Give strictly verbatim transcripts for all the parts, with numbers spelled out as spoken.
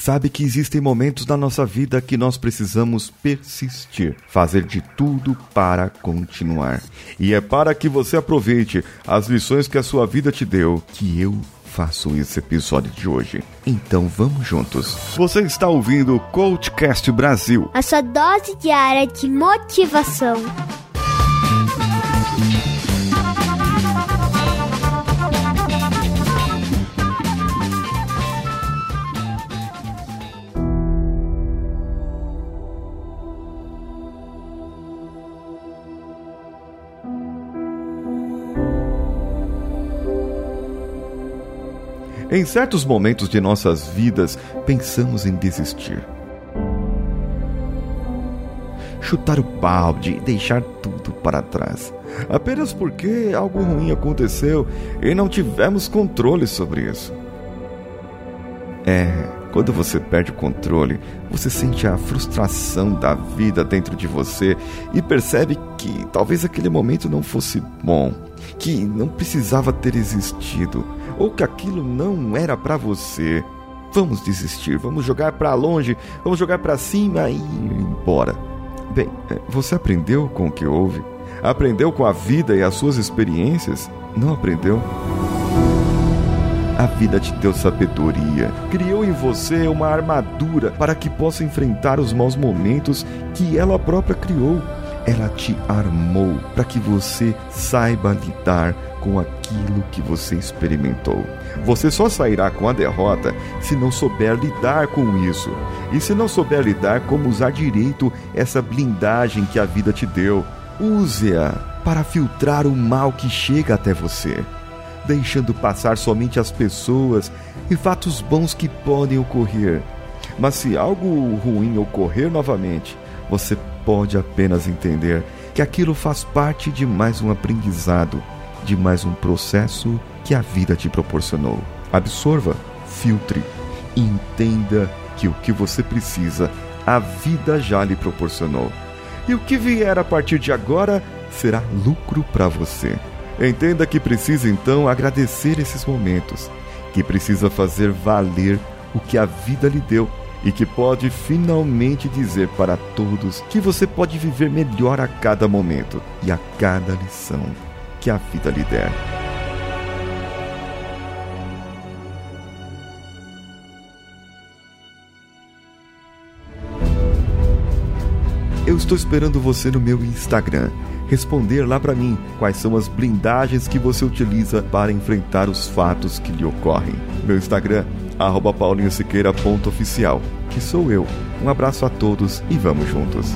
sabe que existem momentos na nossa vida que nós precisamos persistir, fazer de tudo para continuar. E é para que você aproveite as lições que a sua vida te deu que eu faço esse episódio de hoje. Então vamos juntos. Você está ouvindo o CoachCast Brasil, a sua dose diária de motivação. Em certos momentos de nossas vidas, pensamos em desistir. Chutar o balde e deixar tudo para trás. Apenas porque algo ruim aconteceu e não tivemos controle sobre isso. É, quando você perde o controle, você sente a frustração da vida dentro de você e percebe que talvez aquele momento não fosse bom, que não precisava ter existido, ou que aquilo não era para você. Vamos desistir, vamos jogar para longe, vamos jogar para cima e ir embora. Bem, você aprendeu com o que houve? Aprendeu com a vida e as suas experiências? Não aprendeu? A vida te deu sabedoria, criou em você uma armadura para que possa enfrentar os maus momentos que ela própria criou. Ela te armou para que você saiba lidar com aquilo que você experimentou. Você só sairá com a derrota se não souber lidar com isso. E se não souber lidar como usar direito essa blindagem que a vida te deu. Use-a para filtrar o mal que chega até você, deixando passar somente as pessoas e fatos bons que podem ocorrer. Mas se algo ruim ocorrer novamente, você pode apenas entender que aquilo faz parte de mais um aprendizado, de mais um processo que a vida te proporcionou. Absorva, filtre e entenda que o que você precisa, a vida já lhe proporcionou. E o que vier a partir de agora será lucro para você. Entenda que precisa então agradecer esses momentos, que precisa fazer valer o que a vida lhe deu e que pode finalmente dizer para todos que você pode viver melhor a cada momento e a cada lição que a vida lhe der. Eu estou esperando você no meu Instagram. Responder lá para mim quais são as blindagens que você utiliza para enfrentar os fatos que lhe ocorrem. Meu Instagram, arroba paulinho siqueira ponto oficial, que sou eu. Um abraço a todos e vamos juntos.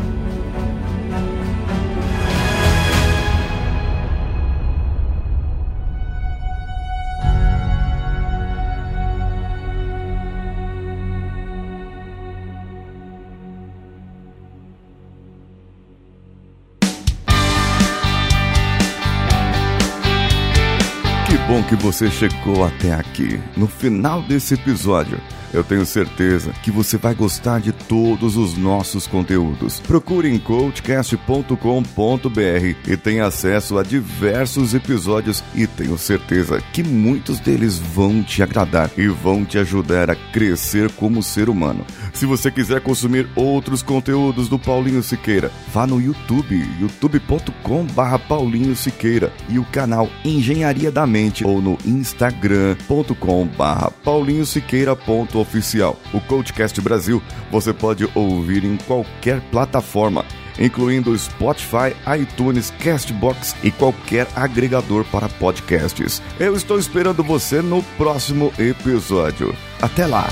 Que bom que você chegou até aqui. No final desse episódio, eu tenho certeza que você vai gostar de todos os nossos conteúdos. Procure em coachcast ponto com ponto b r e tenha acesso a diversos episódios e tenho certeza que muitos deles vão te agradar e vão te ajudar a crescer como ser humano. Se você quiser consumir outros conteúdos do Paulinho Siqueira, vá no YouTube, youtube ponto com barra Paulinho Siqueira e o canal Engenharia da Mente ou no instagram ponto com barra Paulinho Siqueira ponto oficial. O CoachCast Brasil você pode ouvir em qualquer plataforma, incluindo Spotify, iTunes, Castbox e qualquer agregador para podcasts. Eu estou esperando você no próximo episódio. Até lá!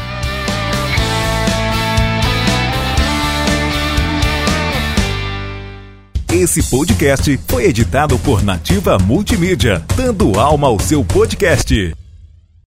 Esse podcast foi editado por Nativa Multimídia, dando alma ao seu podcast.